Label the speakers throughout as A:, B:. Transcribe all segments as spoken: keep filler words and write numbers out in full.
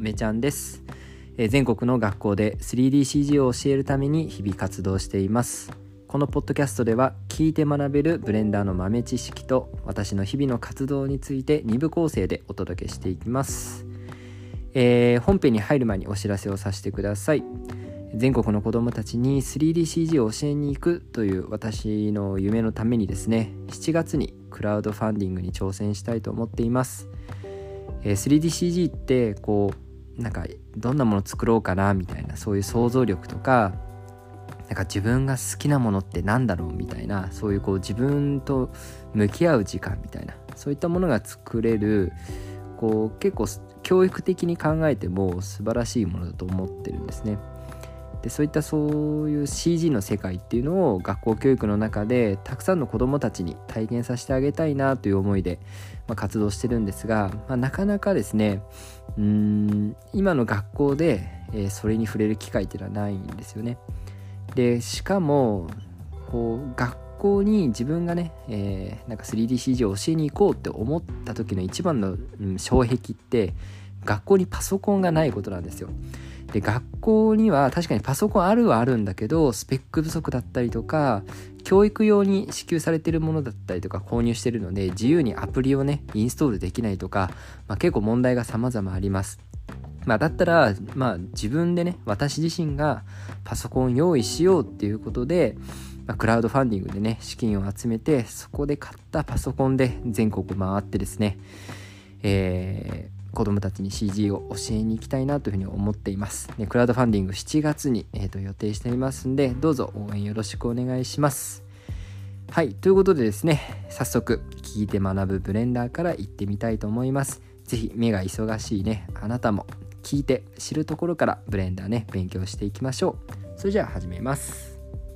A: めちゃんです。えー、全国の学校で スリーディーシージー を教えるために日々活動しています。このポッドキャストでは聞いて学べるブレンダーの豆知識と私の日々の活動についてに部構成でお届けしていきます。えー、本編に入る前にお知らせをさせてください。全国の子どもたちに スリーディーシージー を教えに行くという私の夢のためにですね、しちがつにクラウドファンディングに挑戦したいと思っています。えー、スリーディーシージー ってこうなんかどんなもの作ろうかなみたいな、そういう想像力とか、なんか自分が好きなものってなんだろうみたいな、そういうこう自分と向き合う時間みたいな、そういったものが作れる、こう結構教育的に考えても素晴らしいものだと思ってるんですね。でそういったそういう シージー の世界っていうのを学校教育の中でたくさんの子どもたちに体験させてあげたいなという思いで、まあ、活動してるんですが、まあ、なかなかですね、うーん今の学校で、えー、それに触れる機会っていうのはないんですよね。でしかもこう学校に自分がね、えー、なんか スリーディーシージー を教えに行こうって思った時の一番の、うん、障壁って学校にパソコンがないことなんですよ。で学校には確かにパソコンあるはあるんだけど、スペック不足だったりとか、教育用に支給されているものだったりとか購入しているので、自由にアプリをねインストールできないとか、まあ、結構問題が様々あります。まあ、だったら、まあ、自分でね、私自身がパソコンを用意しようっていうことで、まあ、クラウドファンディングでね資金を集めて、そこで買ったパソコンで全国回ってですね、えー子どもたちに シージー を教えに行きたいなというふうに思っています。でクラウドファンディングしちがつに、えー、と予定していますんで、どうぞ応援よろしくお願いします。はい、ということでですね、早速聞いて学ぶブレンダーから行ってみたいと思います。ぜひ目が忙しいねあなたも聞いて知るところからブレンダーね勉強していきましょう。それじゃあ始めます。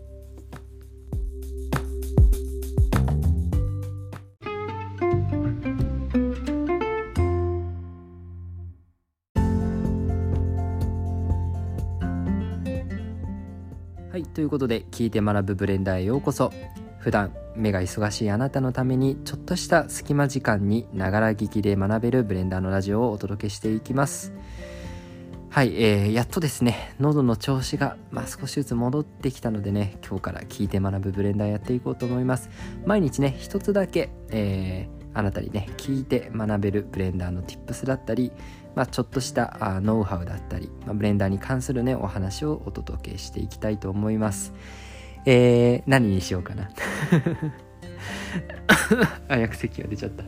A: はい、ということで聞いて学ぶブレンダーへようこそ。普段目が忙しいあなたのために、ちょっとした隙間時間にながら聞きで学べるブレンダーのラジオをお届けしていきます。はい、えー、やっとですね喉の調子が、まあ、少しずつ戻ってきたのでね、今日から聞いて学ぶブレンダーやっていこうと思います。毎日ね一つだけ、えー、あなたにね聞いて学べるブレンダーの Tips だったり、まあ、ちょっとしたあノウハウだったり、まあ、ブレンダーに関するねお話をお届けしていきたいと思います。えー、何にしようかなあ、薬咳が出ちゃった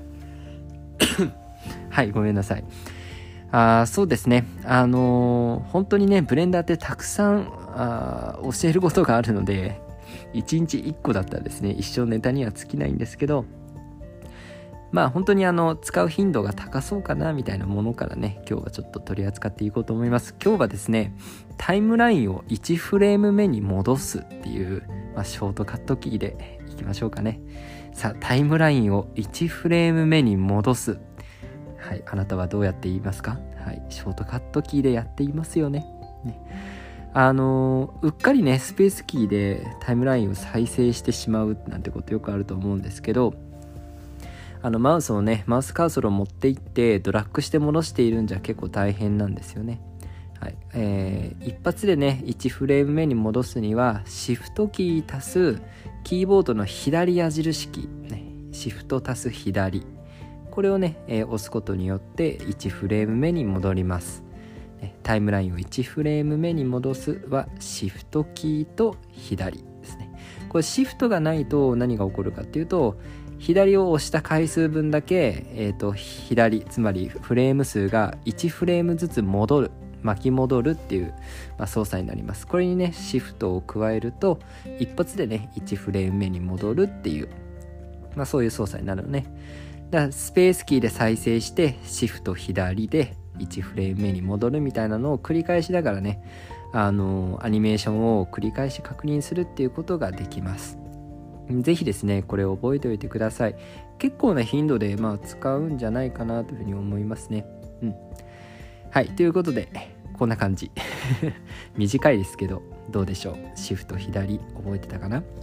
A: はい、ごめんなさい。あ、そうですね、あのー、本当にねブレンダーってたくさんあ教えることがあるので、いちにちいっこだったらですね一生ネタには尽きないんですけど、まあ本当にあの使う頻度が高そうかなみたいなものからね、今日はちょっと取り扱っていこうと思います。今日はですね、タイムラインをいちフレーム目に戻すっていう、まあ、ショートカットキーでいきましょうかね。さあ、タイムラインをいちフレーム目に戻す。はい、あなたはどうやって言いますか？はい、ショートカットキーでやっていますよね。ね、あのうっかりねスペースキーでタイムラインを再生してしまうなんてことよくあると思うんですけど、あのマウスをねマウスカーソルを持っていってドラッグして戻しているんじゃ結構大変なんですよね。はい、えー、一発でねいちフレーム目に戻すにはシフトキー足すキーボードの左矢印キー、ね、シフト足す左、これをね、えー、押すことによっていちフレーム目に戻ります。タイムラインをいちフレーム目に戻すはシフトキーと左ですね。これシフトがないと何が起こるかっていうと、左を押した回数分だけ、えーと、左、つまりフレーム数がいちフレームずつ戻る、巻き戻るっていう、まあ、操作になります。これにねシフトを加えると一発でねいちフレーム目に戻るっていう、まあ、そういう操作になるのね。だからスペースキーで再生してシフト左でいちフレーム目に戻るみたいなのを繰り返しながらね、あのアニメーションを繰り返し確認するっていうことができます。ぜひですねこれを覚えておいてください。結構な頻度でまあ使うんじゃないかなというふうに思いますね。うん。はい、ということでこんな感じ短いですけどどうでしょう。シフト左覚えてたかな？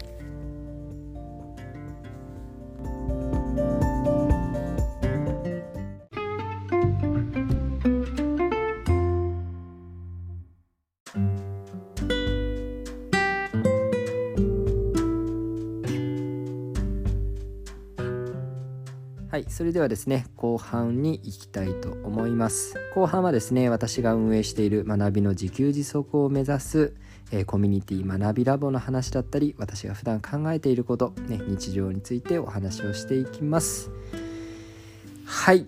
A: はい、それではですね、後半に行きたいと思います。後半はですね、私が運営している学びの自給自足を目指す、えー、コミュニティ学びラボの話だったり、私が普段考えていること、ね、日常についてお話をしていきます。はい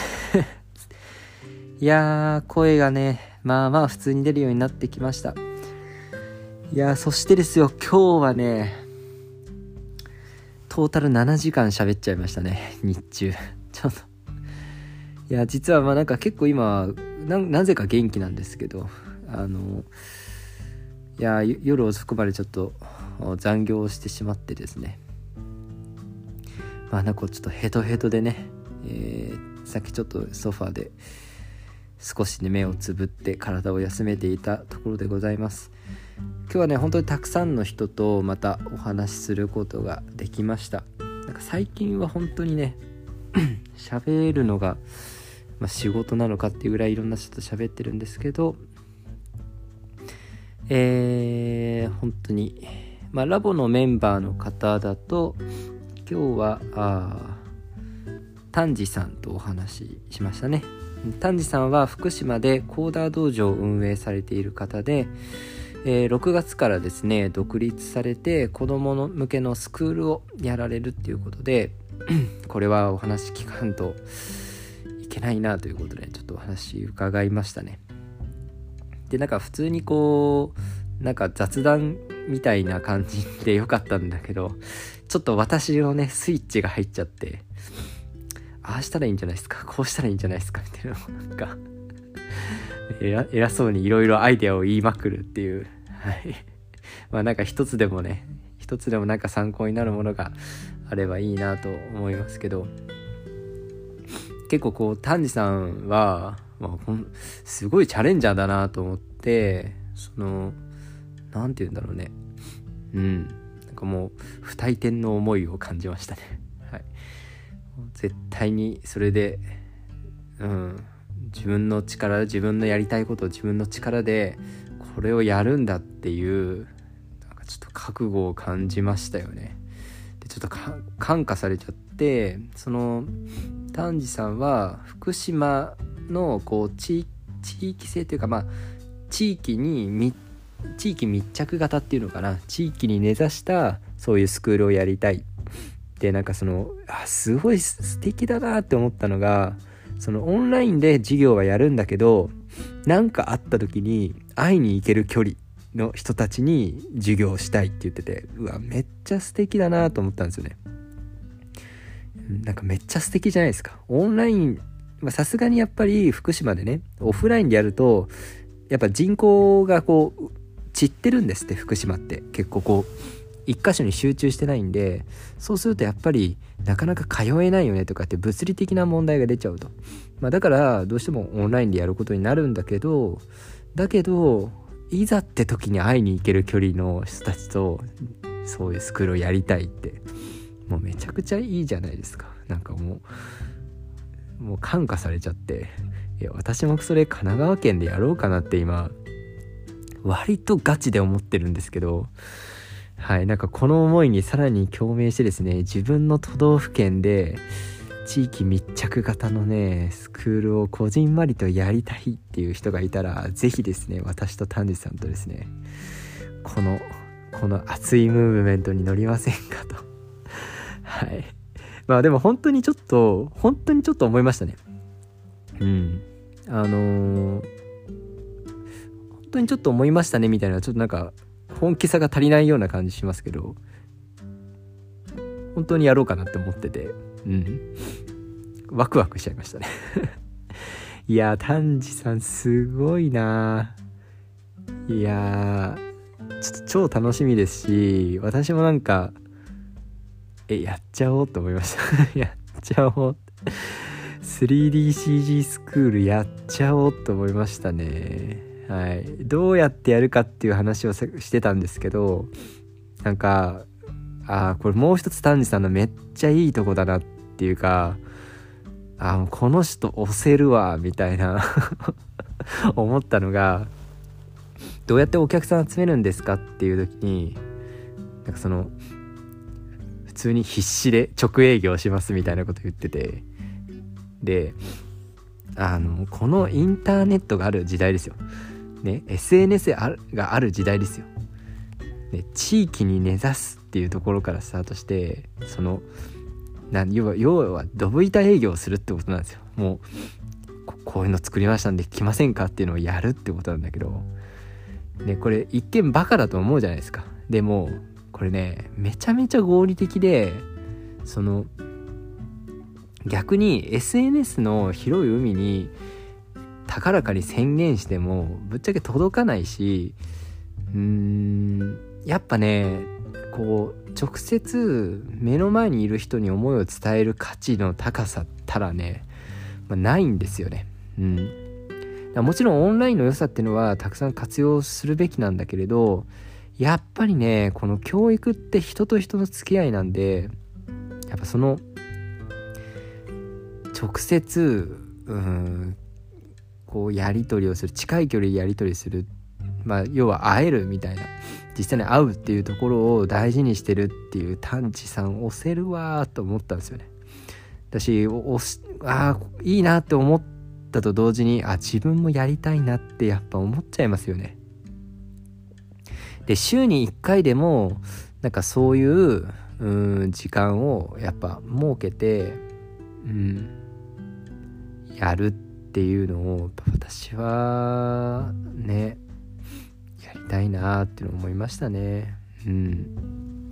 A: いやー、声がね、まあまあ普通に出るようになってきました。いやー、そしてですよ、今日はね、トータルななじかん喋っちゃいましたね、日中。ちょっといや実はまあなんか結構今 な, なぜか元気なんですけど、あのいや夜遅くまでちょっと残業をしてしまってですね、まあなんかちょっとヘトヘトでね、えー、さっきちょっとソファーで少しね目をつぶって体を休めていたところでございます。今日はね本当にたくさんの人とまたお話しすることができました。なんか最近は本当にね喋るのが、まあ、仕事なのかっていうぐらいいろんな人と喋ってるんですけど、えー、本当に、まあ、ラボのメンバーの方だと今日はあ丹治さんとお話ししましたね。丹治さんは福島でコーダー道場を運営されている方で、えー、ろくがつからですね独立されて子どもの向けのスクールをやられるっていうことでこれはお話聞かんといけないなということでちょっとお話伺いましたね。でなんか普通にこうなんか雑談みたいな感じでよかったんだけど、ちょっと私のねスイッチが入っちゃって、ああしたらいいんじゃないですか、こうしたらいいんじゃないですかみたいな、なんか偉, 偉そうにいろいろアイデアを言いまくるっていう、はいまあなんか一つでもね一つでもなんか参考になるものがあればいいなと思いますけど、結構こう丹治さんは、まあ、すごいチャレンジャーだなと思って、そのなんて言うんだろうね、うんなんかもう不退転の思いを感じましたね。はい、絶対にそれで、うん、自分の力、自分のやりたいことを自分の力でこれをやるんだっていうなんかちょっと覚悟を感じましたよね。でちょっとか感化されちゃって、その丹治さんは福島のこう 地, 地域性というか、まあ地域に密地域密着型っていうのかな、地域に根ざしたそういうスクールをやりたいで、なんかそのあすごい素敵だなって思ったのが、そのオンラインで授業はやるんだけど、なんかあった時に会いに行ける距離の人たちに授業をしたいって言ってて、うわめっちゃ素敵だなと思ったんですよね。なんかめっちゃ素敵じゃないですか。オンラインさすがにやっぱり福島でねオフラインでやるとやっぱ人口がこう散ってるんですって。福島って結構こう一箇所に集中してないんで、そうするとやっぱりなかなか通えないよねとかって物理的な問題が出ちゃうと、まあ、だからどうしてもオンラインでやることになるんだけど、だけどいざって時に会いに行ける距離の人たちとそういうスクールをやりたいって、もうめちゃくちゃいいじゃないですか。なんかもうもう感化されちゃって、いや私もそれ神奈川県でやろうかなって今割とガチで思ってるんですけど、はい、なんかこの思いにさらに共鳴してですね、自分の都道府県で地域密着型のねスクールをこじんまりとやりたいっていう人がいたら、ぜひですね私と丹治さんとですねこのこの熱いムーブメントに乗りませんかとはい、まあでも本当にちょっと本当にちょっと思いましたね。うんあのー、本当にちょっと思いましたねみたいな、ちょっとなんか本気さが足りないような感じしますけど、本当にやろうかなって思ってて、うんワクワクしちゃいましたねいやー丹治さんすごいな。いやーちょっと超楽しみですし、私もなんかえやっちゃおうと思いましたやっちゃおうスリーディーシージー スクールやっちゃおうと思いましたね。はい、どうやってやるかっていう話をしてたんですけど、なんかあこれもう一つ丹治さんのめっちゃいいとこだなっていうか、あもうこの人押せるわみたいな思ったのが、どうやってお客さん集めるんですかっていう時に、なんかその普通に必死で直営業しますみたいなこと言ってて、であのこのインターネットがある時代ですよ、ね、エスエヌエス がある時代ですよ、ね、地域に根ざすっていうところからスタートして、そのなん要は要はドブ板営業をするってことなんですよ。もう こ, こういうの作りましたんで来ませんかっていうのをやるってことなんだけど、ね、これ一見バカだと思うじゃないですか。でもこれねめちゃめちゃ合理的で、その逆に エスエヌエス の広い海に高らかに宣言してもぶっちゃけ届かないし、うーんやっぱねこう直接目の前にいる人に思いを伝える価値の高さったらね、まあ、ないんですよね。うん、もちろんオンラインの良さっていうのはたくさん活用するべきなんだけれど、やっぱりねこの教育って人と人の付き合いなんで、やっぱその直接うんこうやり取りをする、近い距離でやり取りする、まあ要は会えるみたいな、実際に会うっていうところを大事にしてるっていう丹治さん押せるわーと思ったんですよね。私おしあいいなって思ったと同時に、あ自分もやりたいなってやっぱ思っちゃいますよね。で週にいっかいでもなんかそういううん時間をやっぱ設けて、うん、やるっていうのを私はねやりたいなっていうのを思いましたね。うん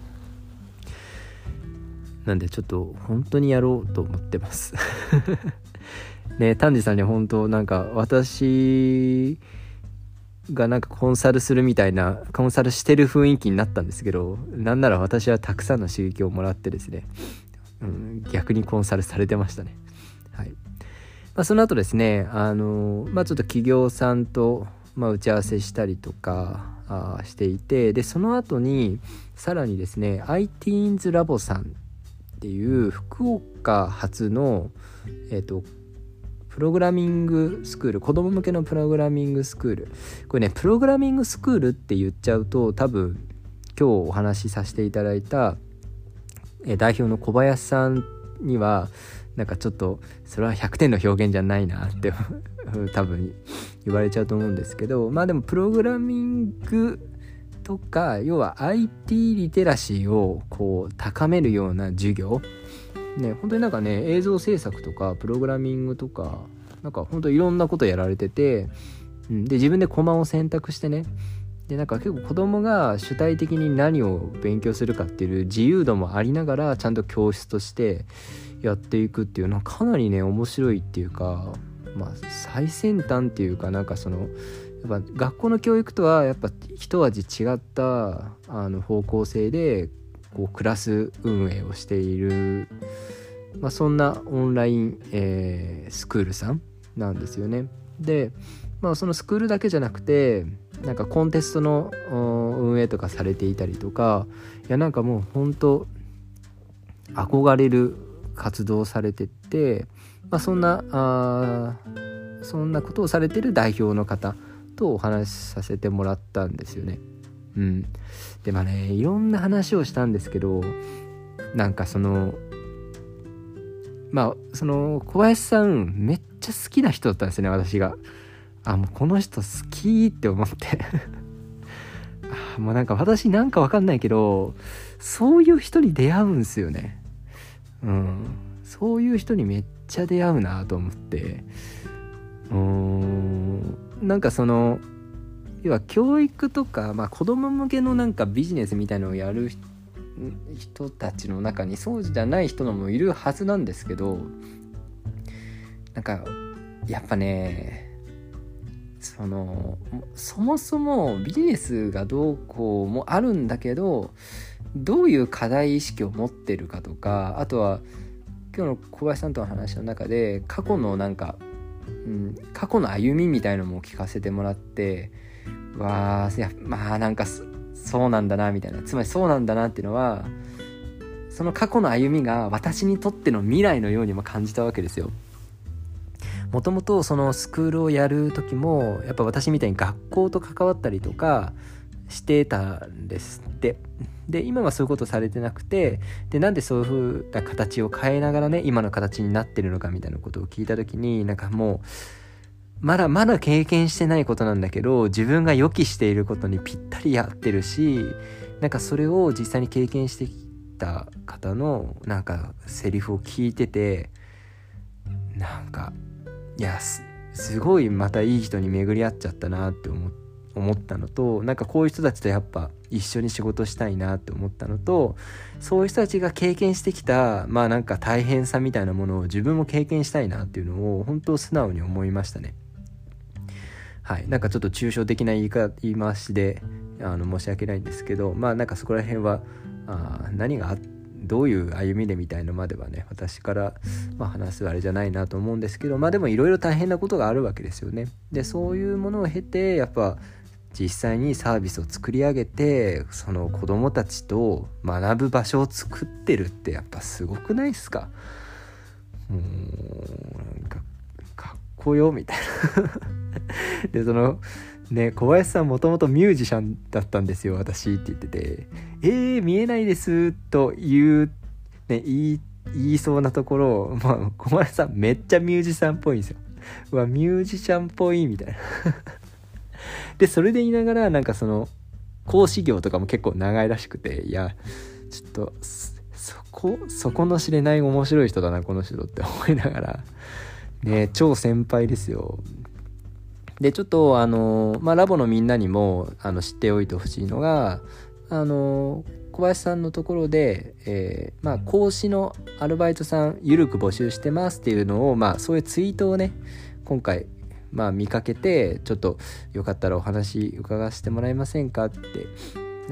A: なんでちょっと本当にやろうと思ってますね、丹治さんに本当なんか私がなんかコンサルするみたいな、コンサルしてる雰囲気になったんですけど、なんなら私はたくさんの刺激をもらってですね、うん、逆にコンサルされてましたね。はい。まあ、その後ですね、あのまあちょっと企業さんと、まあ、打ち合わせしたりとかあしていて、でその後にさらにですね アイティーンズ ラボさんっていう福岡発のえっとプログラミングスクール、子供向けのプログラミングスクール、これねプログラミングスクールって言っちゃうと多分今日お話しさせていただいたえ代表の小林さんにはなんかちょっとそれはひゃくてんの表現じゃないなって多分言われちゃうと思うんですけど、まあでもプログラミングとか要は アイティー リテラシーをこう高めるような授業ね、本当になんかね映像制作とかプログラミングとかなんか本当いろんなことやられてて、うん、で自分でコマを選択してね、でなんか結構子供が主体的に何を勉強するかっていう自由度もありながらちゃんと教室としてやっていくっていうのはかなりね面白いっていうか、まあ最先端っていうか、なんかそのやっぱ学校の教育とはやっぱ一味違ったあの方向性でこうクラス運営をしている、まあ、そんなオンライン、えー、スクールさんなんですよね。で、まあ、そのスクールだけじゃなくてなんかコンテストの運営とかされていたりとか、いやなんかもう本当憧れる活動をされてて、まあ、そんなあそんなことをされてる代表の方とお話しさせてもらったんですよね。うん、でまあねいろんな話をしたんですけど、なんかそのまあその小林さんめっちゃ好きな人だったんですよね。私があもうこの人好きって思ってあもうなんか私なんかわかんないけどそういう人に出会うんですよね。うんそういう人にめっちゃ出会うなと思って、うーんなんかその要は教育とか、まあ、子供向けのなんかビジネスみたいなのをやる人たちの中にそうじゃない人のもいるはずなんですけど、なんかやっぱねそのそもそもビジネスがどうこうもあるんだけど、どういう課題意識を持ってるかとか、あとは今日の小林さんとの話の中で過去のなんか、うん、過去の歩みみたいなのも聞かせてもらって、わーいやまあなんかそうなんだなみたいな、つまりそうなんだなっていうのはその過去の歩みが私にとっての未来のようにも感じたわけですよ。もともとそのスクールをやる時もやっぱ私みたいに学校と関わったりとかしてたんですって。で今はそういうことされてなくて、でなんでそういう風な形を変えながらね今の形になってるのかみたいなことを聞いた時に、なんかもうまだまだ経験してないことなんだけど自分が予期していることにぴったり合ってるし、なんかそれを実際に経験してきた方のなんかセリフを聞いてて、なんかいや す, すごいまたいい人に巡り合っちゃったなって思って思ったのと、なんかこういう人たちとやっぱ一緒に仕事したいなって思ったのと、そういう人たちが経験してきたまあなんか大変さみたいなものを自分も経験したいなっていうのを本当素直に思いましたね。はい、なんかちょっと抽象的な言い方言い回しであの申し訳ないんですけど、まあなんかそこら辺はあ何がどういう歩みでみたいなまではね私から、まあ、話すあれじゃないなと思うんですけど、まあでもいろいろ大変なことがあるわけですよね。でそういうものを経てやっぱ実際にサービスを作り上げてその子どもたちと学ぶ場所を作ってるってやっぱすごくないですか。もうなんかかっこよみたいなでそのね小林さんもともとミュージシャンだったんですよ私って言ってて、えー見えないですという、ね、言い言いそうなところを、まあ、小林さんめっちゃミュージシャンっぽいんですよ。うわミュージシャンっぽいみたいなでそれで言いながらなんかその講師業とかも結構長いらしくて、いやちょっとそこそこの知れない面白い人だなこの人って思いながらね、超先輩ですよ。でちょっとあの、まあ、ラボのみんなにもあの知っておいてほしいのが、あの小林さんのところで、えーまあ、講師のアルバイトさんゆるく募集してますっていうのを、まあ、そういうツイートをね今回まあ見かけて、ちょっとよかったらお話伺わせてもらえませんかって、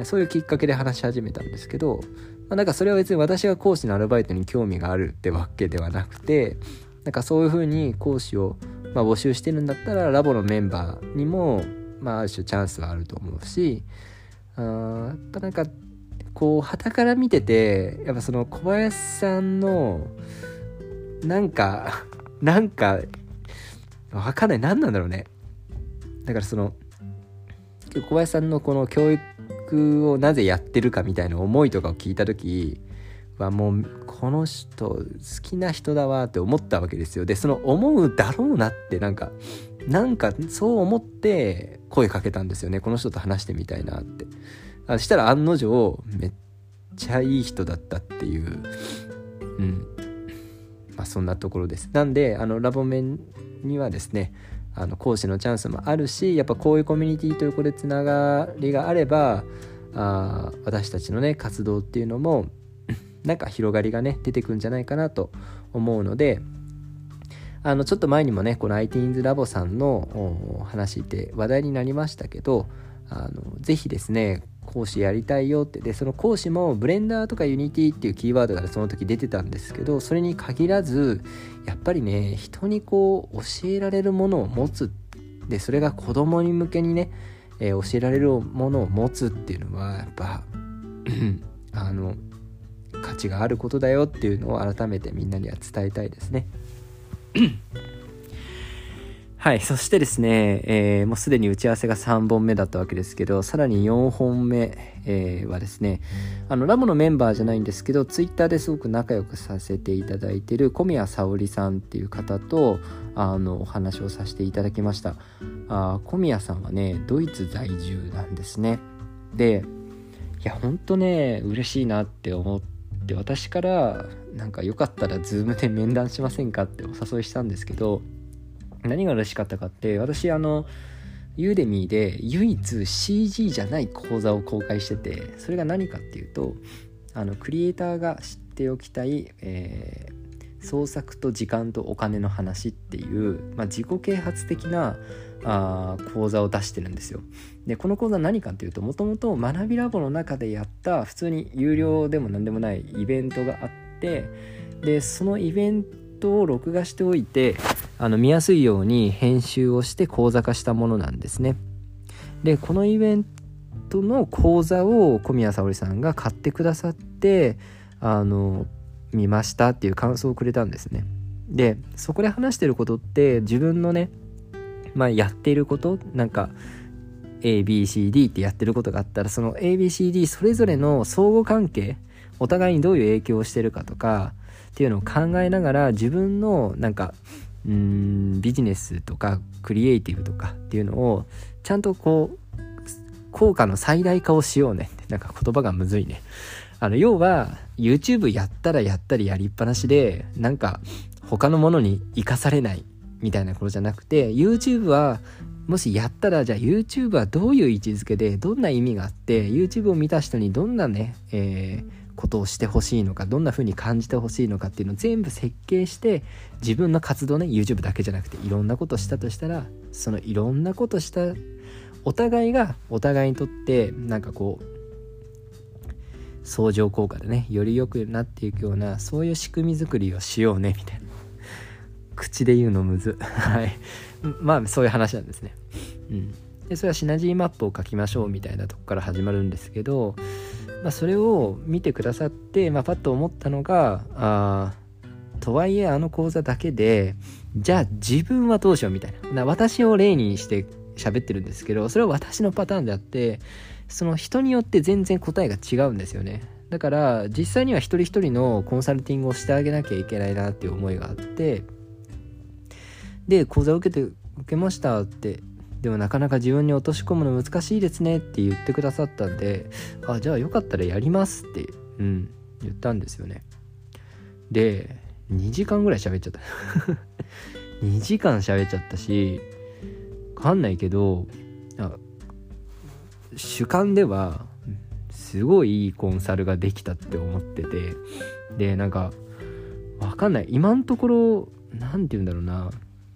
A: そういうきっかけで話し始めたんですけど、まあ、なんかそれは別に私が講師のアルバイトに興味があるってわけではなくて、なんかそういう風に講師をまあ募集してるんだったらラボのメンバーにもまあある種チャンスはあると思うし、あやっぱなんかこう傍から見ててやっぱその小林さんのなんかなんかわかんない何なんだろうね。だからその小林さんのこの教育をなぜやってるかみたいな思いとかを聞いた時はもうこの人好きな人だわって思ったわけですよ。でその思うだろうなってなんかなんかそう思って声かけたんですよね。この人と話してみたいなって。あしたら案の定めっちゃいい人だったっていう、うんまあそんなところです。なんであのラボ面にはですねあの講師のチャンスもあるし、やっぱこういうコミュニティというこでつながりがあればあ私たちのね活動っていうのもなんか広がりがね出てくるんじゃないかなと思うので、あのちょっと前にもねこの アイティーンズ ラボさんの話って話題になりましたけど、あのぜひですね講師やりたいよって、でその講師もブレンダーとかユニティっていうキーワードがその時出てたんですけど、それに限らずやっぱりね人にこう教えられるものを持つ、でそれが子供に向けにね、えー、教えられるものを持つっていうのはやっぱあの価値があることだよっていうのを改めてみんなには伝えたいですねはい。そしてですね、えー、もうすでに打ち合わせがさんぼんめだったわけですけど、さらによんほんめ、えー、はですね、あのラボのメンバーじゃないんですけどツイッターですごく仲良くさせていただいている小宮沙織さんっていう方とあのお話をさせていただきました。あ小宮さんはねドイツ在住なんですね。でいやほんとね嬉しいなって思って、私からなんかよかったらズームで面談しませんかってお誘いしたんですけど、何が嬉しかったかって、私あのユーデミーで唯一 シージー じゃない講座を公開してて、それが何かっていうとあのクリエイターが知っておきたい、えー、創作と時間とお金の話っていう、まあ、自己啓発的なあ講座を出してるんですよ。でこの講座何かっていうと、もともと学びラボの中でやった普通に有料でも何でもないイベントがあって、でそのイベントを録画しておいてあの見やすいように編集をして講座化したものなんですね。でこのイベントの講座を小宮沙織さんが買ってくださってあの見ましたっていう感想をくれたんですね。でそこで話してることって自分のね、まあ、やっていることなんかエービーシーディー ってやってることがあったら、その エービーシーディー それぞれの相互関係、お互いにどういう影響をしてるかとかっていうのを考えながら、自分のなんかうーんビジネスとかクリエイティブとかっていうのをちゃんとこう効果の最大化をしようねって、なんか言葉がむずいね。あの要は YouTube やったらやったりやりっぱなしでなんか他のものに生かされないみたいなことじゃなくて、 YouTube はもしやったら、じゃあ YouTube はどういう位置づけでどんな意味があって、 YouTube を見た人にどんなね、えー、ことをしてほしいのか、どんな風に感じてほしいのかっていうのを全部設計して、自分の活動ね YouTube だけじゃなくていろんなことしたとしたら、そのいろんなことしたお互いがお互いにとってなんかこう相乗効果でね、より良くなっていくような、そういう仕組み作りをしようねみたいな。口で言うのむずはい、まあそういう話なんですね。うん、でそれはシナジーマップを書きましょうみたいなとこから始まるんですけど、まあ、それを見てくださって、まあ、パッと思ったのが、あとはいえあの講座だけでじゃあ自分はどうしようみたいな、な私を例にして喋ってるんですけど、それは私のパターンであって、その人によって全然答えが違うんですよね。だから実際には一人一人のコンサルティングをしてあげなきゃいけないなっていう思いがあって、で講座を受けて受けましたって、でもなかなか自分に落とし込むの難しいですねって言ってくださったんで、あじゃあよかったらやりますって、うん、言ったんですよね。でにじかんぐらい喋っちゃったにじかん喋っちゃったし、わかんないけど主観ではすごいいいコンサルができたって思ってて、でなんかわかんない、今のところなんて言うんだろうな、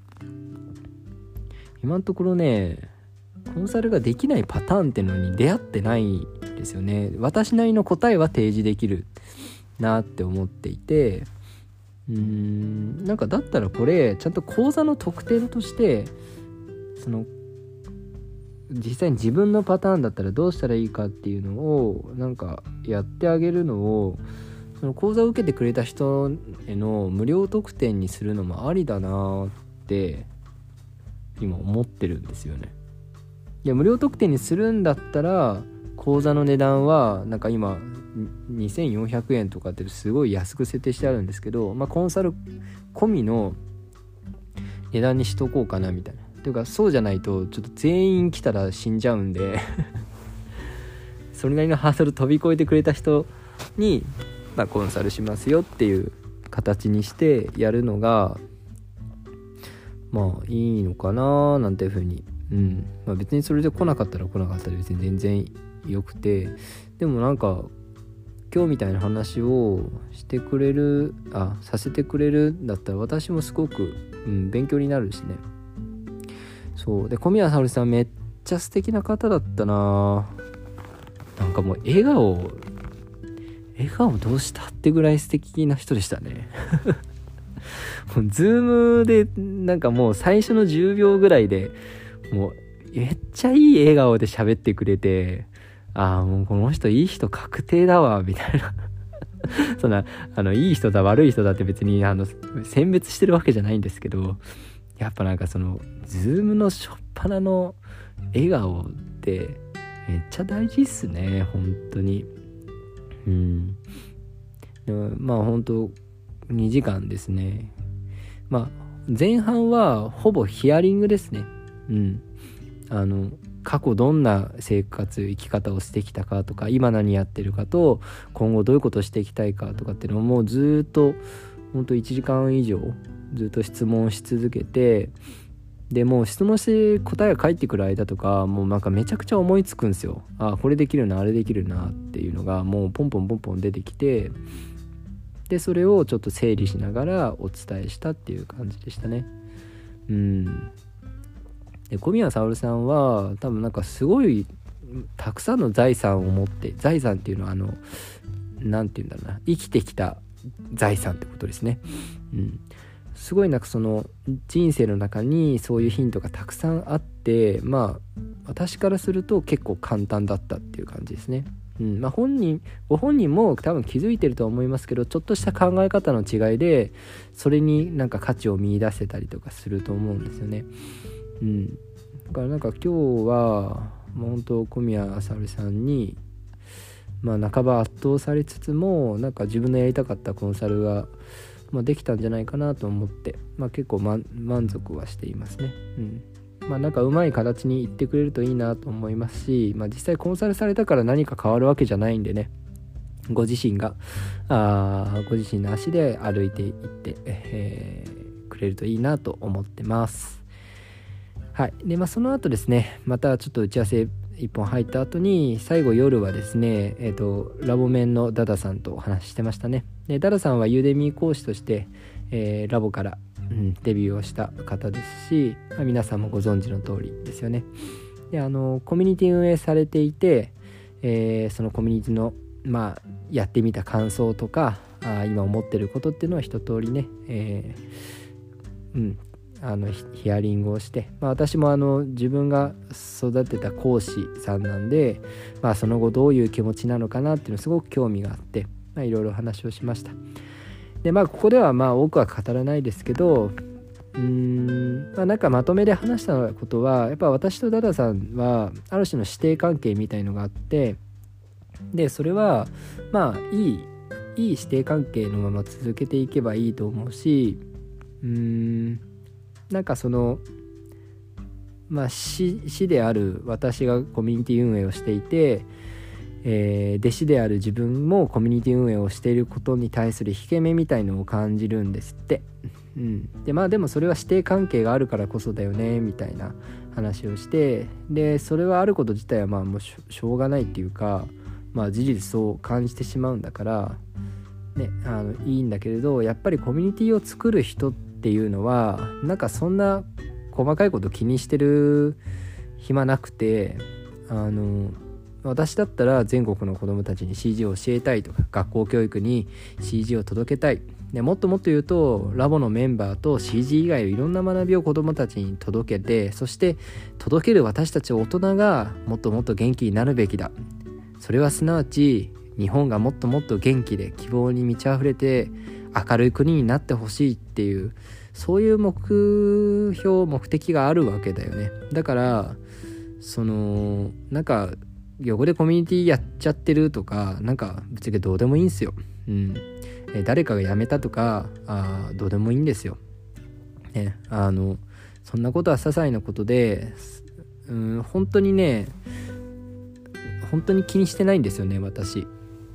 A: 今のところねコンサルができないパターンってのに出会ってないですよね。私なりの答えは提示できるなって思っていて、うーんなんかだったらこれちゃんと講座の特典として、その実際に自分のパターンだったらどうしたらいいかっていうのをなんかやってあげるのを、その講座を受けてくれた人への無料特典にするのもありだなって今思ってるんですよね。いや無料特典にするんだったら講座の値段はなんか今にせんよんひゃくえんとかってすごい安く設定してあるんですけど、まあコンサル込みの値段にしとこうかなみたいな。というかそうじゃないとちょっと全員来たら死んじゃうんでそれなりのハードル飛び越えてくれた人に、まあ、コンサルしますよっていう形にしてやるのがまあいいのかななんていうふうに、うんまあ、別にそれで来なかったら来なかったら別に全然よくて、でもなんか今日みたいな話をしてくれるあさせてくれるんだったら私もすごく、うん、勉強になるしね。そうで小宮沙織さんめっちゃ素敵な方だったな。なんかもう笑顔笑顔どうしたってぐらい素敵な人でしたねもうズームでなんかもう最初のじゅうびょうぐらいでもうめっちゃいい笑顔で喋ってくれて、ああもうこの人いい人確定だわみたいなそんなあのいい人だ悪い人だって別にあの選別してるわけじゃないんですけど、やっぱなんかそのズームの初っ端の笑顔ってめっちゃ大事っすね本当に。うんでもまあ本当にじかんですね。まあ前半はほぼヒアリングですね。うんあの過去どんな生活生き方をしてきたかとか、今何やってるかと今後どういうことをしていきたいかとかっていうのをもうずっと本当いちじかん以上ずっと質問し続けて、でもう質問して答えが返ってくる間とかもうなんかめちゃくちゃ思いつくんですよ。あこれできるなあれできるなっていうのがもうポンポンポンポン出てきて、でそれをちょっと整理しながらお伝えしたっていう感じでしたね。うんで小宮沙織さんは多分なんかすごいたくさんの財産を持って、財産っていうのはあのなんていうんだろうな、生きてきた財産ってことですね。うんすごいなんかその人生の中にそういうヒントがたくさんあって、まあ私からすると結構簡単だったっていう感じですね。うんまあ、本人ご本人も多分気づいてるとは思いますけど、ちょっとした考え方の違いでそれになんか価値を見出せたりとかすると思うんですよね。うんだからなんか今日はもう本当小宮沙織さんにまあ半ば圧倒されつつも、なんか自分のやりたかったコンサルが、まあ、できたんじゃないかなと思って、まあ、結構、ま、満足はしていますね。うんまあなんかうまい形に言ってくれるといいなと思いますし、まあ、実際コンサルされたから何か変わるわけじゃないんでね、ご自身があご自身の足で歩いていって、えー、くれるといいなと思ってます。はい。でまあその後ですね、またちょっと打ち合わせ一本入った後に、最後夜はですね、えっとラボメンのダダさんとお話ししてましたね。でダダさんはユーデミー講師として、えー、ラボから、うん、デビューをした方ですし、まあ、皆さんもご存知の通りですよね。であのコミュニティ運営されていて、えー、そのコミュニティのまあやってみた感想とか、あ今思ってることっていうのは一通りね、えー、うんあのヒアリングをして、まあ、私もあの自分が育てた講師さんなんで、まあ、その後どういう気持ちなのかなっていうのすごく興味があって、まあ、いろいろ話をしました。でまあここではまあ多くは語らないですけど、うーん、まあ、なんかまとめで話したことは、やっぱ私とダダさんはある種の師弟関係みたいのがあって、でそれはまあいいいい師弟関係のまま続けていけばいいと思うし、うーんなんかそのまあ師である私がコミュニティ運営をしていて、えー、弟子である自分もコミュニティ運営をしていることに対する引け目みたいのを感じるんですって、うん、でまあでもそれは師弟関係があるからこそだよねみたいな話をして、でそれはあること自体はまあもうしょ、しょうがないっていうか、まあ事実そう感じてしまうんだからね、あのいいんだけれど、やっぱりコミュニティを作る人っていうのはなんかそんな細かいこと気にしてる暇なくて、あの私だったら全国の子どもたちに シージー を教えたいとか、学校教育に シージー を届けたい、でもっともっと言うとラボのメンバーと シージー 以外のいろんな学びを子どもたちに届けて、そして届ける私たち大人がもっともっと元気になるべきだ。それはすなわち日本がもっともっと元気で希望に満ち溢れて明るい国になってほしいっていう、そういう目標目的があるわけだよね。だからそのなんか横でコミュニティやっちゃってるとか、なんかぶっちゃけどうでもいいんですよ、うん、え誰かが辞めたとかあどうでもいいんですよ、ね、あのそんなことは些細なことで、うん、本当にね本当に気にしてないんですよね私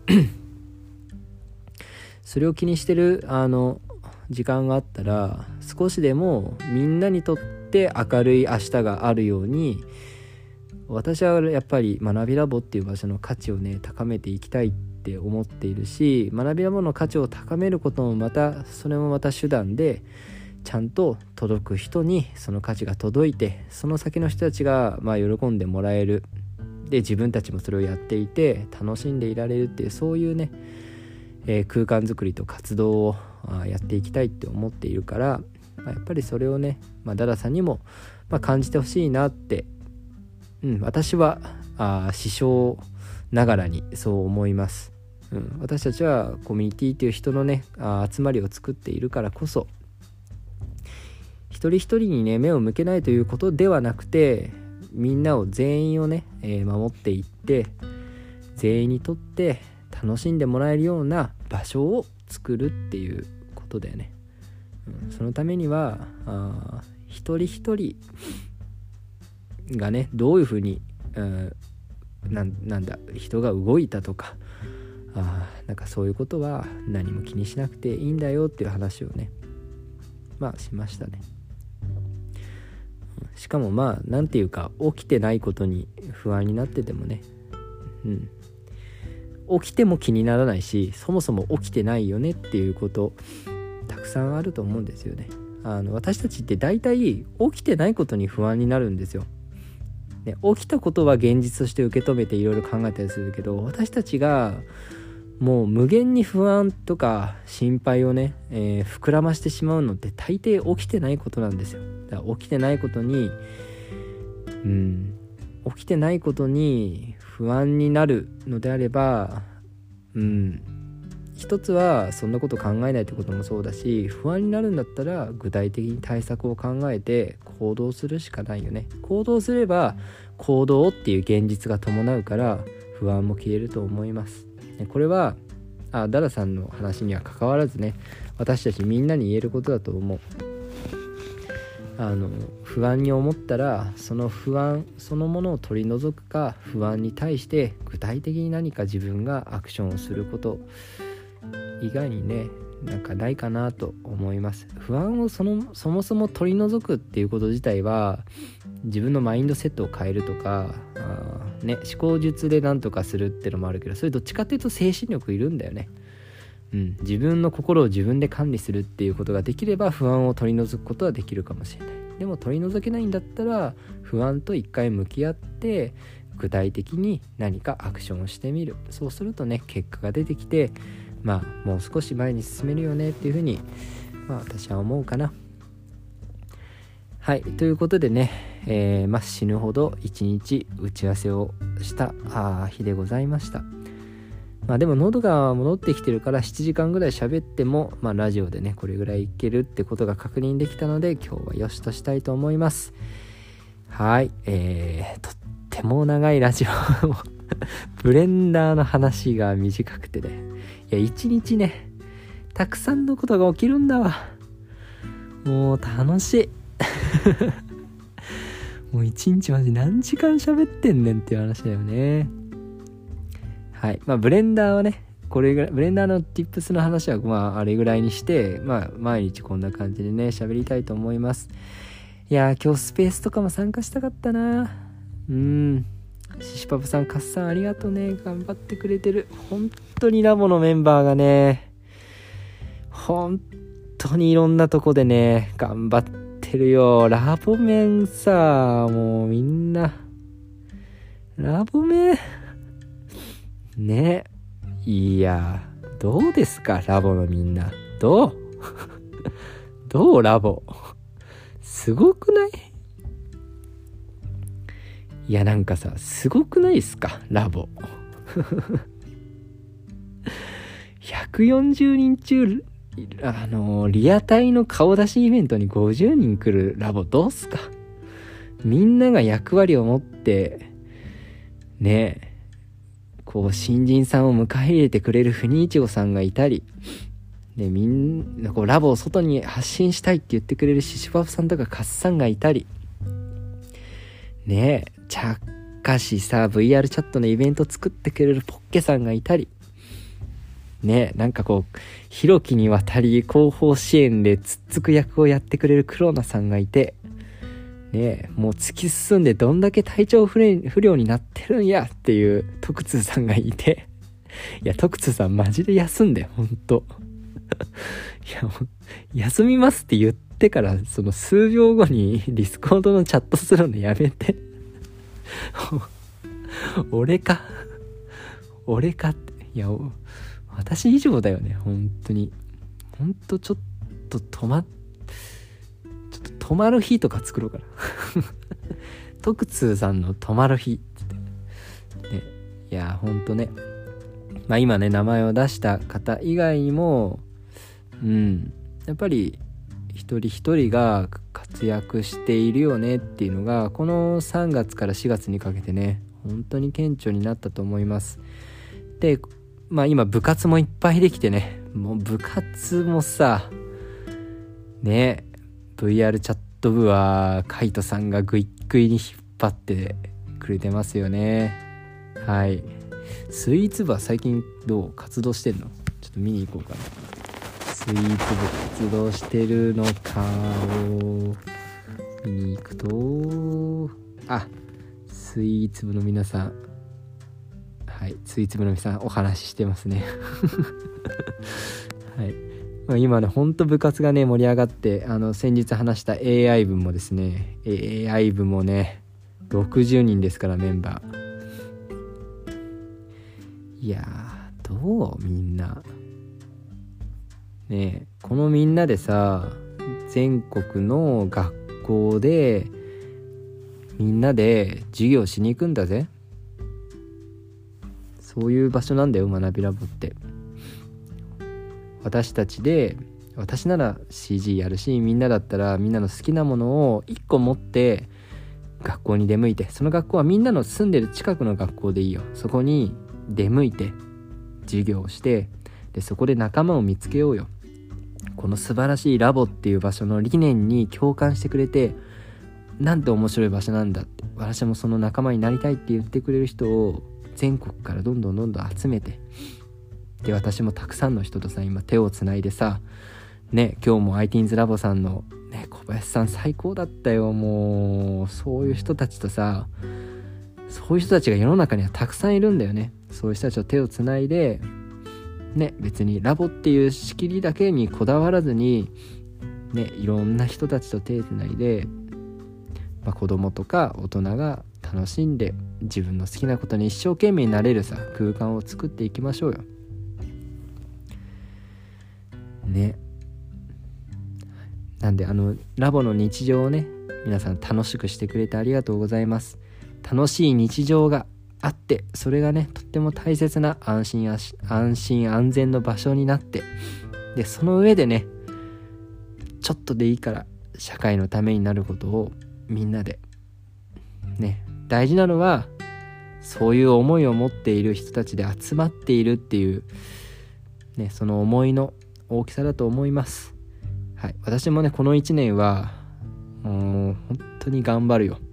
A: それを気にしてるあの時間があったら、少しでもみんなにとって明るい明日があるように、私はやっぱり学びラボっていう場所の価値をね高めていきたいって思っているし、学びラボの価値を高めることもまたそれもまた手段で、ちゃんと届く人にその価値が届いて、その先の人たちがまあ喜んでもらえる、で自分たちもそれをやっていて楽しんでいられるっていう、そういうね、えー、空間づくりと活動をやっていきたいって思っているから、まあ、やっぱりそれをね、まあ、ダダさんにも、まあ、感じてほしいなって、うん、私はあ師匠ながらにそう思います、うん、私たちはコミュニティという人のねあ集まりを作っているからこそ、一人一人にね目を向けないということではなくて、みんなを全員をね、えー、守っていって、全員にとって楽しんでもらえるような場所を作るっていうことだよね、うん、そのためにはあ一人一人がねどういうふうに、うん、な, なんだ人が動いたとか、あなんかそういうことは何も気にしなくていいんだよっていう話をねまあしましたね。しかもまあなんていうか起きてないことに不安になっててもね、うん起きても気にならないし、そもそも起きてないよねっていうことたくさんあると思うんですよね。あの私たちって大体起きてないことに不安になるんですよ、ね、起きたことは現実として受け止めていろいろ考えたりするけど、私たちがもう無限に不安とか心配をね、えー、膨らましてしまうのって大抵起きてないことなんですよ。だから起きてないことにうん起きてないことに不安になるのであれば、うん一つはそんなこと考えないってこともそうだし、不安になるんだったら具体的に対策を考えて行動するしかないよね。行動すれば行動っていう現実が伴うから不安も消えると思います。これはあダラさんの話には関わらずね、私たちみんなに言えることだと思う。あの不安に思ったらその不安そのものを取り除くか、不安に対して具体的に何か自分がアクションをすること以外にね、なんかないかなと思います。不安をそのそもそも取り除くっていうこと自体は自分のマインドセットを変えるとかあ、ね、思考術でなんとかするってのもあるけど、それどっちかっていうと精神力いるんだよね。うん、自分の心を自分で管理するっていうことができれば不安を取り除くことはできるかもしれない。でも取り除けないんだったら不安と一回向き合って具体的に何かアクションをしてみる。そうするとね、結果が出てきて、まあもう少し前に進めるよねっていうふうに、まあ私は思うかな。はい、ということでね、えーまあ、死ぬほど一日打ち合わせをしたあ日でございました。まあでも喉が戻ってきてるからしちじかんぐらい喋っても、まあラジオでねこれぐらいいけるってことが確認できたので、今日はよしとしたいと思います。はい、えー、とっても長いラジオブレンダーの話が短くてね、いや一日ねたくさんのことが起きるんだわ。もう楽しいもう一日マジ何時間喋ってんねんっていう話だよね。はい、まあブレンダーはねこれぐらい、ブレンダーの tips の話はまああれぐらいにして、まあ毎日こんな感じでね喋りたいと思います。いやー今日スペースとかも参加したかったな。うーんシシパプさん、カッさんありがとうね。頑張ってくれてる。本当にラボのメンバーがね本当にいろんなとこでね頑張ってるよ。ラボメンさ、もうみんなラボメンね、いやどうですかラボのみんな、どうどうラボすごくない？いやなんかさすごくないですかラボひゃくよんじゅうにん中あのリアタイの顔出しイベントにごじゅうにん来るラボどうすか？みんなが役割を持ってねえこう新人さんを迎え入れてくれるふにいちごさんがいたりで、みんなこうラボを外に発信したいって言ってくれるシシパフさんとかカッサンがいたりねえ、ちゃっかしさ ブイアール チャットのイベント作ってくれるポッケさんがいたりねえ、なんかこうひろきにわたり広報支援でつっつく役をやってくれるクロナさんがいてねえ、もう突き進んでどんだけ体調不良になってるんやっていう徳通さんがいて、いや徳通さんマジで休んでほんといや休みますって言ってからその数秒後にディスコードのチャットするのやめて俺か俺かって、いや私以上だよね本当に。本当ちょっと止まっちょっと止まる日とか作ろうかな徳通さんの止まる日ってね。いや本当ね、まあ今ね名前を出した方以外にもうんやっぱり一人一人が活躍しているよねっていうのがこのさんがつからしがつにかけてね本当に顕著になったと思います。でまあ今部活もいっぱいできてね、もう部活もさね ブイアール チャット部はカイトさんがグイッグイに引っ張ってくれてますよね。はい、スイーツ部は最近どう活動してんの？ちょっと見に行こうかな。スイーツ部活動してるのかを見に行くと、あ、スイーツ部の皆さん、はい、スイーツ部の皆さんお話ししてますねはい、まあ、今ねほんと部活がね盛り上がって、あの先日話した エーアイ 部もですね エーアイ 部もねろくじゅうにんですからメンバー。いやーどうみんなねえ、このみんなでさ全国の学校でみんなで授業しに行くんだぜ。そういう場所なんだよ学びラボって。 私たちで私なら シージー やるし、みんなだったらみんなの好きなものをいっこ持って学校に出向いて、その学校はみんなの住んでる近くの学校でいいよ、そこに出向いて授業をして、でそこで仲間を見つけようよ。この素晴らしいラボっていう場所の理念に共感してくれて、なんて面白い場所なんだって、私もその仲間になりたいって言ってくれる人を全国からどんどんどんどん集めて、で私もたくさんの人とさ今手をつないでさね、今日も アイティーンズ ラボさんの、ね、小林さん最高だったよ。もうそういう人たちとさ、そういう人たちが世の中にはたくさんいるんだよね。そういう人たちと手をつないでね、別にラボっていう仕切りだけにこだわらずにね、いろんな人たちと手をつないで、まあ、子供とか大人が楽しんで自分の好きなことに一生懸命になれるさ空間を作っていきましょうよね。なんであのラボの日常をね、皆さん楽しくしてくれてありがとうございます。楽しい日常があって、それがねとっても大切な安心安心安全の場所になって、でその上でね、ちょっとでいいから社会のためになることをみんなでね、大事なのはそういう思いを持っている人たちで集まっているっていうね、その思いの大きさだと思います。はい、私もねこのいちねんはもう本当に頑張るよ。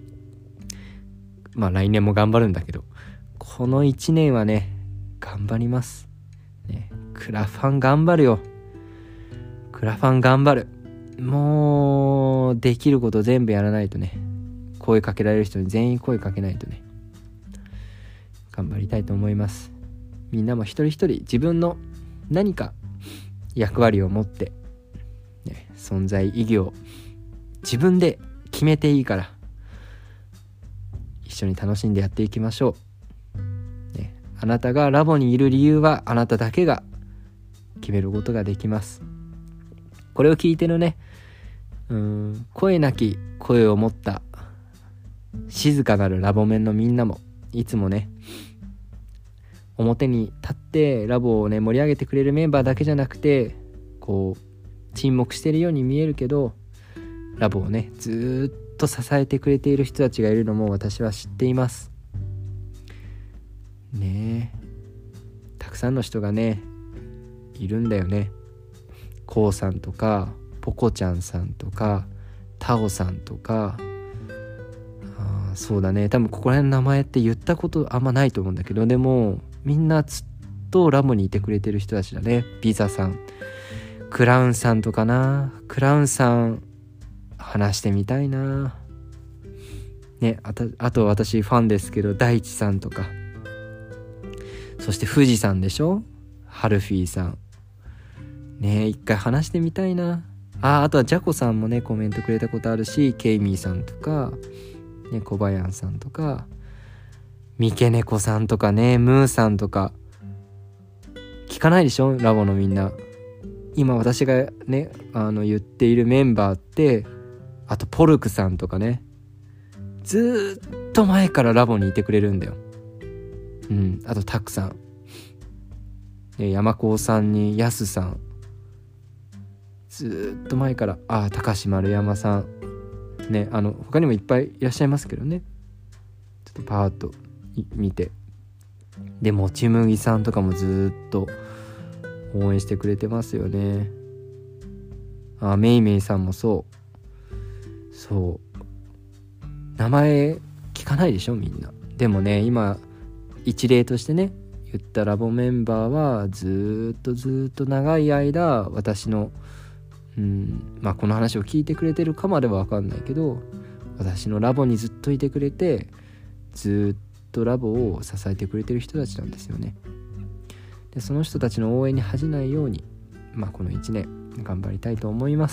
A: まあ来年も頑張るんだけど、このいちねんはね頑張ります、ね、クラファン頑張るよ。クラファン頑張る。もうできること全部やらないとね、声かけられる人に全員声かけないとね、頑張りたいと思います。みんなも一人一人自分の何か役割を持ってね、存在意義を自分で決めていいから一緒に楽しんでやっていきましょう、ね、あなたがラボにいる理由はあなただけが決めることができます。これを聞いてるね、うーん声なき声を持った静かなるラボメンのみんなもいつもね表に立ってラボをね盛り上げてくれるメンバーだけじゃなくて、こう沈黙してるように見えるけどラボをねずっと支えてくれている人たちがいるのも私は知っていますね。えたくさんの人がねいるんだよね。こうさんとかポコちゃんさんとかタオさんとか、あそうだね、多分ここら辺の名前って言ったことあんまないと思うんだけど、でもみんなずっとラボにいてくれてる人たちだね。ビザさん、クラウンさんとかな。クラウンさん話してみたいなね。あと、あと私ファンですけど大地さんとか、そして富士さんでしょ、ハルフィーさんね、一回話してみたいなあ。あとはジャコさんもねコメントくれたことあるし、ケイミーさんとかね、コバヤンさんとかミケネコさんとかね、ムーさんとか聞かないでしょラボのみんな。今私がねあの言っているメンバーって、あとポルクさんとかね、ずーっと前からラボにいてくれるんだよ。うん、あとタクさん、ね、山高さんにヤスさん、ずーっと前から、あ高島丸山さんね、あの他にもいっぱいいらっしゃいますけどね、ちょっとパーッと見て、でもちむぎさんとかもずーっと応援してくれてますよね。あメイメイさんもそうそう名前聞かないでしょみんな。でもね今一例としてね言ったラボメンバーはずっとずっと長い間私のうんまあこの話を聞いてくれてるかまでは分かんないけど、私のラボにずっといてくれて、ずっとラボを支えてくれてる人たちなんですよね。でその人たちの応援に恥じないように、まあこのいちねん頑張りたいと思います。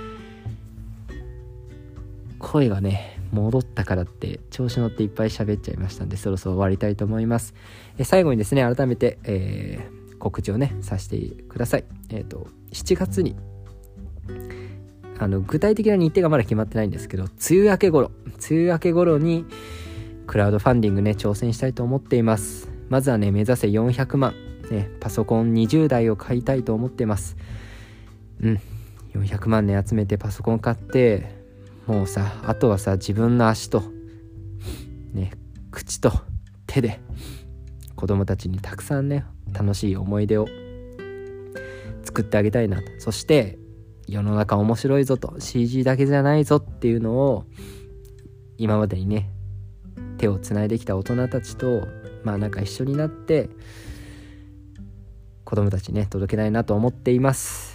A: 声がね戻ったからって調子乗っていっぱい喋っちゃいましたんで、そろそろ終わりたいと思います。え最後にですね改めて、えー、告知をねさせてください。えっとしちがつにあの具体的な日程がまだ決まってないんですけど、梅雨明け頃梅雨明け頃にクラウドファンディングね挑戦したいと思っています。まずはね目指せよんひゃくまんね、パソコンにじゅうだいを買いたいと思ってます。うん、よんひゃくまんねん集めてパソコン買って、もうさ、あとはさ、自分の足とね、口と手で子供たちにたくさんね、楽しい思い出を作ってあげたいなと。そして世の中面白いぞと、 シージー だけじゃないぞっていうのを今までにね手をつないできた大人たちとまあなんか一緒になって子供たちにね届けたいなと思っています。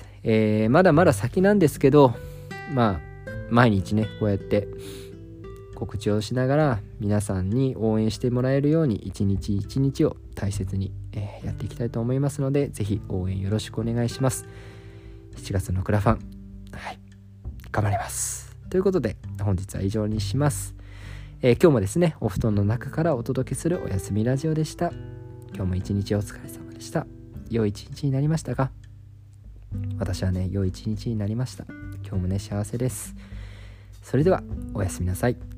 A: えー、まだまだ先なんですけど、まあ毎日ねこうやって告知をしながら皆さんに応援してもらえるように一日一日を大切に、えー、やっていきたいと思いますので、ぜひ応援よろしくお願いします。しちがつのクラファン、はい、頑張りますということで本日は以上にします。えー、今日もですねお布団の中からお届けするおやすみラジオでした。今日も一日お疲れ様でした。良い一日になりましたか？私はね良い一日になりました。今日もね幸せです。それではおやすみなさい。